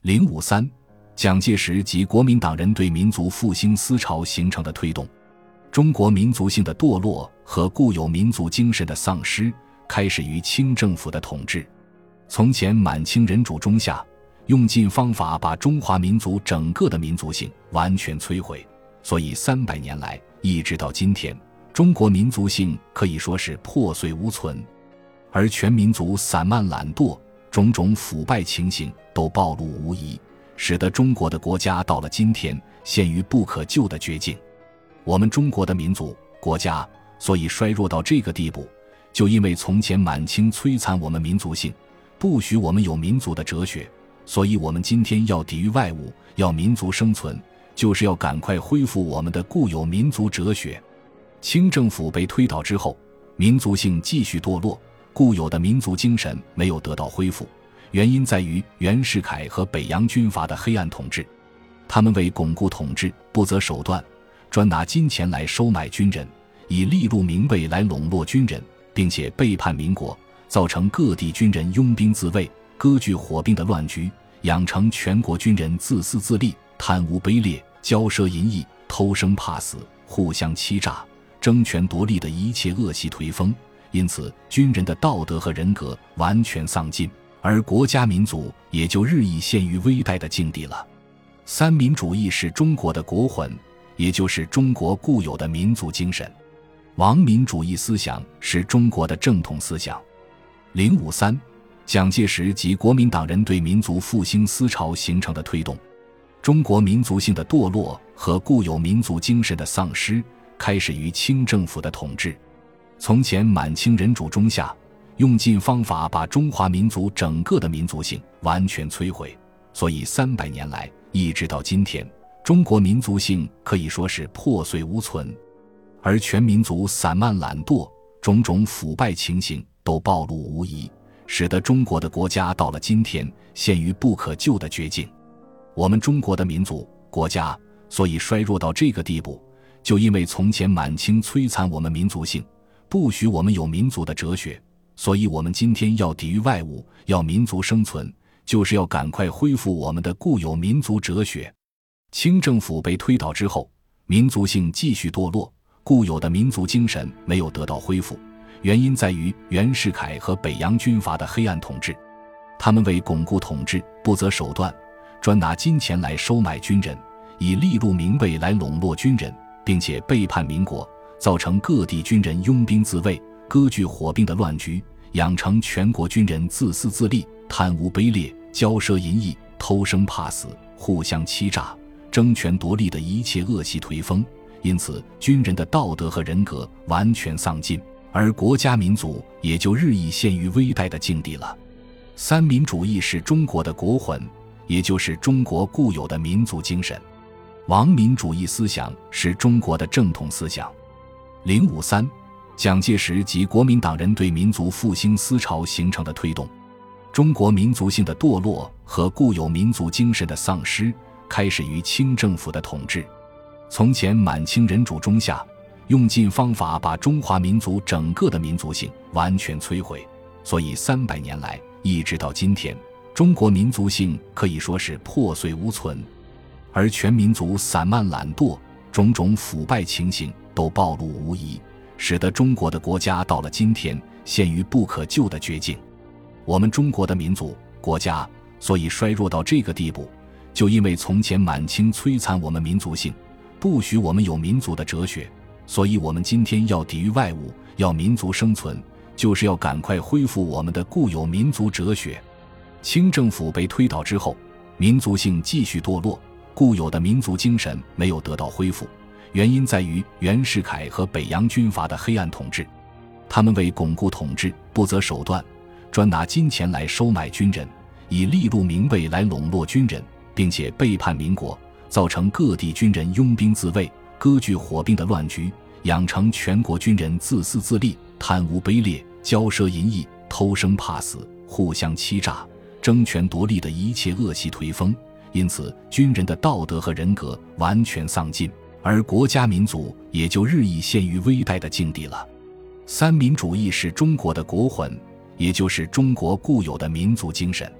053蒋介石及国民党人对民族复兴思潮形成的推动。中国民族性的堕落和固有民族精神的丧失开始于清政府的统治。从前满清人主中下，用尽方法把中华民族整个的民族性完全摧毁，所以300年来一直到今天，中国民族性可以说是破碎无存，而全民族散漫懒惰，种种腐败情形都暴露无遗，使得中国的国家到了今天陷于不可救的绝境。我们中国的民族国家所以衰弱到这个地步，就因为从前满清摧残我们民族性，不许我们有民族的哲学，所以我们今天要抵御外侮，要民族生存，就是要赶快恢复我们的固有民族哲学。清政府被推倒之后，民族性继续堕落，固有的民族精神没有得到恢复，原因在于袁世凯和北洋军阀的黑暗统治。他们为巩固统治不择手段，专拿金钱来收买军人，以利禄名位来笼络军人，并且背叛民国，造成各地军人拥兵自卫、割据火并的乱局，养成全国军人自私自利、贪污卑劣、骄奢淫逸、偷生怕死、互相欺诈、争权夺利的一切恶习颓风。因此军人的道德和人格完全丧尽，而国家民族也就日益陷于危殆的境地了。三民主义是中国的国魂，也就是中国固有的民族精神。王民主义思想是中国的正统思想。053蒋介石及国民党人对民族复兴思潮形成的推动。中国民族性的堕落和固有民族精神的丧失开始于清政府的统治。从前满清人主中下，用尽方法把中华民族整个的民族性完全摧毁，所以300年来一直到今天，中国民族性可以说是破碎无存，而全民族散漫懒惰，种种腐败情形都暴露无遗，使得中国的国家到了今天陷于不可救的绝境。我们中国的民族国家所以衰弱到这个地步，就因为从前满清摧残我们民族性，不许我们有民族的哲学，所以我们今天要抵御外侮，要民族生存，就是要赶快恢复我们的固有民族哲学。清政府被推倒之后，民族性继续堕落，固有的民族精神没有得到恢复，原因在于袁世凯和北洋军阀的黑暗统治。他们为巩固统治不择手段，专拿金钱来收买军人，以利禄名位来笼络军人，并且背叛民国，造成各地军人拥兵自卫、割据火并的乱局，养成全国军人自私自利、贪污卑劣、骄奢淫逸、偷生怕死、互相欺诈、争权夺利的一切恶习颓风。因此军人的道德和人格完全丧尽，而国家民族也就日益陷于危殆的境地了。三民主义是中国的国魂，也就是中国固有的民族精神。王民主义思想是中国的正统思想。053蒋介石及国民党人对民族复兴思潮形成的推动。中国民族性的堕落和固有民族精神的丧失开始于清政府的统治。从前满清人主中下，用尽方法把中华民族整个的民族性完全摧毁，所以300年来一直到今天，中国民族性可以说是破碎无存，而全民族散漫懒惰，种种腐败情形都暴露无遗，使得中国的国家到了今天陷于不可救的绝境。我们中国的民族国家所以衰弱到这个地步，就因为从前满清摧残我们民族性，不许我们有民族的哲学，所以我们今天要抵御外侮，要民族生存，就是要赶快恢复我们的固有民族哲学。清政府被推倒之后，民族性继续堕落，固有的民族精神没有得到恢复，原因在于袁世凯和北洋军阀的黑暗统治。他们为巩固统治不择手段，专拿金钱来收买军人，以利禄名位来笼络军人，并且背叛民国，造成各地军人拥兵自卫、割据火并的乱局，养成全国军人自私自利、贪污卑劣、骄奢淫逸、偷生怕死、互相欺诈、争权夺利的一切恶习颓风。因此军人的道德和人格完全丧尽，而国家民族也就日益陷于危殆的境地了。三民主义是中国的国魂，也就是中国固有的民族精神。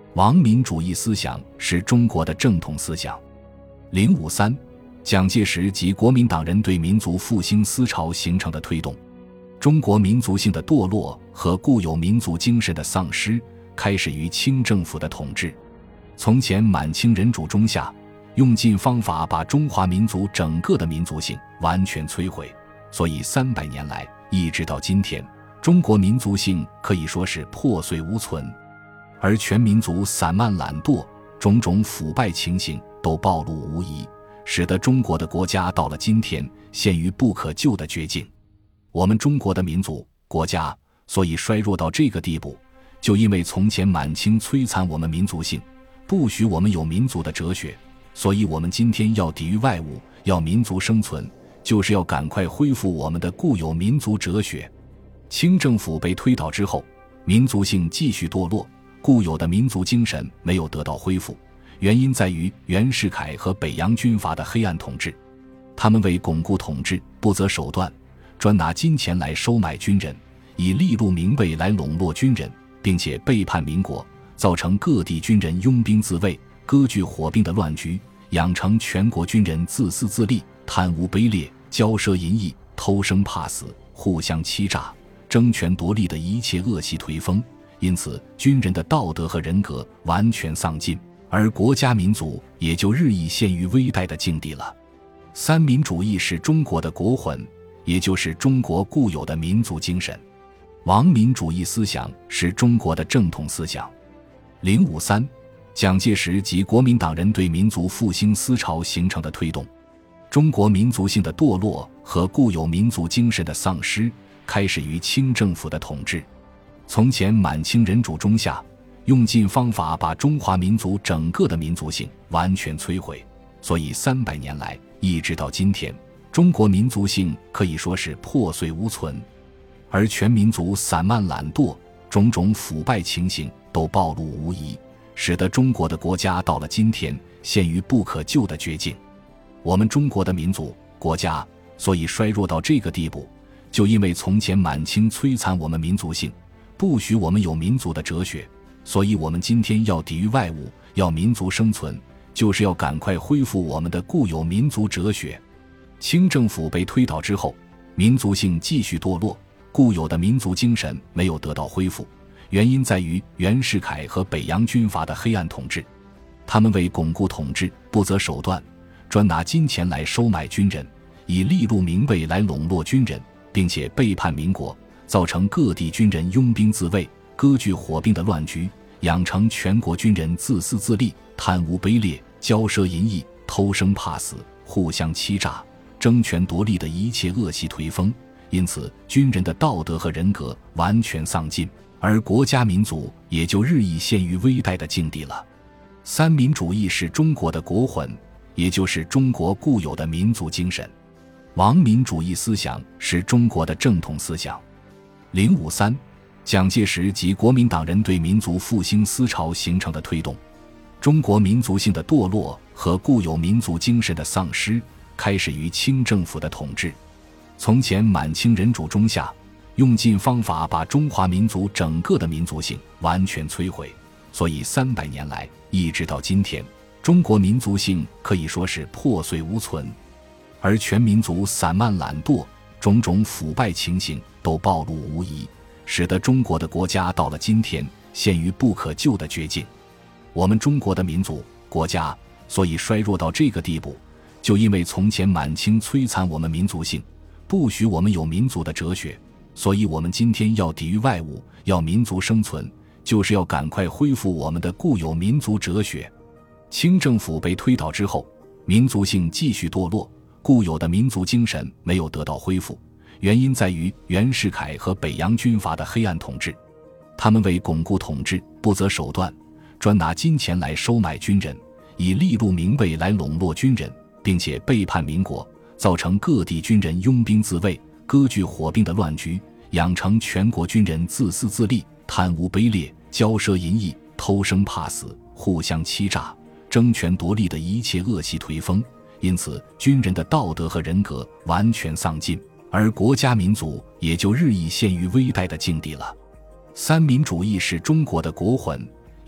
王民主义思想是中国的正统思想。053蒋介石及国民党人对民族复兴思潮形成的推动，中国民族性的堕落和固有民族精神的丧失开始于清政府的统治。从前满清人主中下，用尽方法把中华民族整个的民族性完全摧毁，所以300年来一直到今天，中国民族性可以说是破碎无存，而全民族散漫懒惰，种种腐败情形都暴露无遗，使得中国的国家到了今天陷于不可救的绝境。我们中国的民族国家所以衰弱到这个地步，就因为从前满清摧残我们民族性，不许我们有民族的哲学，所以我们今天要抵御外物，要民族生存，就是要赶快恢复我们的固有民族哲学。清政府被推倒之后，民族性继续堕落，固有的民族精神没有得到恢复，原因在于袁世凯和北洋军阀的黑暗统治。他们为巩固统治不择手段，专拿金钱来收买军人，以利禄名位来笼络军人，并且背叛民国，造成各地军人拥兵自卫、割据火并的乱局，养成全国军人自私自利、贪污卑劣、骄奢淫逸、偷生怕死、互相欺诈、争权夺利的一切恶习颓风。因此军人的道德和人格完全丧尽，而国家民族也就日益陷于危殆的境地了。三民主义是中国的国魂，也就是中国固有的民族精神。王民主义思想是中国的正统思想。053蒋介石及国民党人对民族复兴思潮形成的推动，中国民族性的堕落和固有民族精神的丧失开始于清政府的统治。从前满清人主中下，用尽方法把中华民族整个的民族性完全摧毁，所以300年来一直到今天，中国民族性可以说是破碎无存，而全民族散漫懒惰，种种腐败情形都暴露无遗，使得中国的国家到了今天陷于不可救的绝境。我们中国的民族国家所以衰弱到这个地步，就因为从前满清摧残我们民族性，不许我们有民族的哲学，所以我们今天要抵御外物，要民族生存，就是要赶快恢复我们的固有民族哲学。清政府被推倒之后，民族性继续堕落，固有的民族精神没有得到恢复，原因在于袁世凯和北洋军阀的黑暗统治。他们为巩固统治不择手段，专拿金钱来收买军人，以利禄名位来笼络军人，并且背叛民国，造成各地军人拥兵自卫、割据火并的乱局，养成全国军人自私自利、贪污卑劣、骄奢淫逸、偷生怕死、互相欺诈、争权夺利的一切恶习颓风。因此军人的道德和人格完全丧尽，而国家民族也就日益陷于危殆的境地了。三民主义是中国的国魂，也就是中国固有的民族精神。王民主义思想是中国的正统思想。053蒋介石及国民党人对民族复兴思潮形成的推动，中国民族性的堕落和固有民族精神的丧失开始于清政府的统治。从前满清人主中下，用尽方法把中华民族整个的民族性完全摧毁，所以300年来一直到今天，中国民族性可以说是破碎无存，而全民族散漫懒惰，种种腐败情形都暴露无遗，使得中国的国家到了今天陷于不可救的绝境。我们中国的民族国家所以衰弱到这个地步，就因为从前满清摧残我们民族性，不许我们有民族的哲学，所以我们今天要抵御外物，要民族生存，就是要赶快恢复我们的固有民族哲学。清政府被推倒之后，民族性继续堕落，固有的民族精神没有得到恢复，原因在于袁世凯和北洋军阀的黑暗统治。他们为巩固统治不择手段，专拿金钱来收买军人，以利禄名位来笼络军人，并且背叛民国，造成各地军人拥兵自卫、割据火并的乱局，养成全国军人自私自利、贪污卑劣、骄奢淫逸、偷生怕死、互相欺诈、争权夺利的一切恶习颓风。因此军人的道德和人格完全丧尽，而国家民族也就日益陷于危殆的境地了。三民主义是中国的国魂，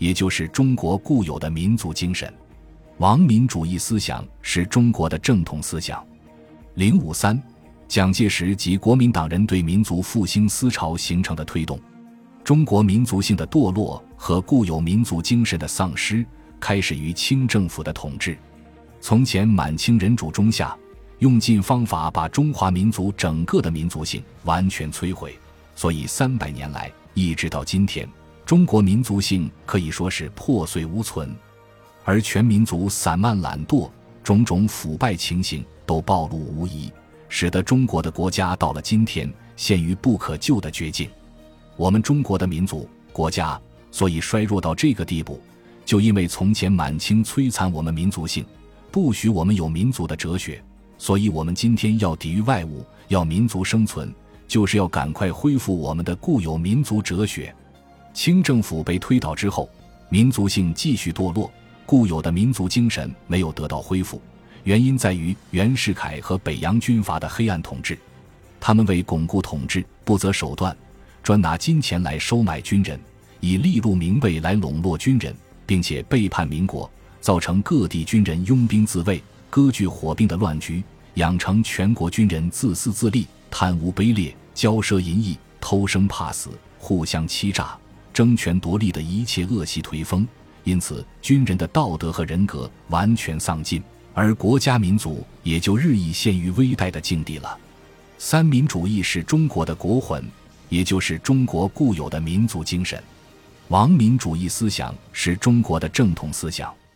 也就是中国固有的民族精神。王民主义思想是中国的正统思想。053，蒋介石及国民党人对民族复兴思潮形成的推动。中国民族性的堕落和固有民族精神的丧失，开始于清政府的统治。从前满清人主中下，用尽方法把中华民族整个的民族性完全摧毁，所以300年来一直到今天，中国民族性可以说是破碎无存，而全民族散漫懒惰，种种腐败情形都暴露无遗，使得中国的国家到了今天陷于不可救的绝境。我们中国的民族国家所以衰弱到这个地步，就因为从前满清摧残我们民族性，不许我们有民族的哲学，所以我们今天要抵御外物，要民族生存，就是要赶快恢复我们的固有民族哲学。清政府被推倒之后，民族性继续堕落，固有的民族精神没有得到恢复，原因在于袁世凯和北洋军阀的黑暗统治。他们为巩固统治不择手段，专拿金钱来收买军人，以利禄名位来笼络军人，并且背叛民国，造成各地军人拥兵自卫、割据火并的乱局，养成全国军人自私自利、贪污卑劣、骄奢淫逸、偷生怕死、互相欺诈、争权夺利的一切恶习颓风。因此军人的道德和人格完全丧尽，而国家民族也就日益陷于危殆的境地了。三民主义是中国的国魂，也就是中国固有的民族精神。王民主义思想是中国的正统思想。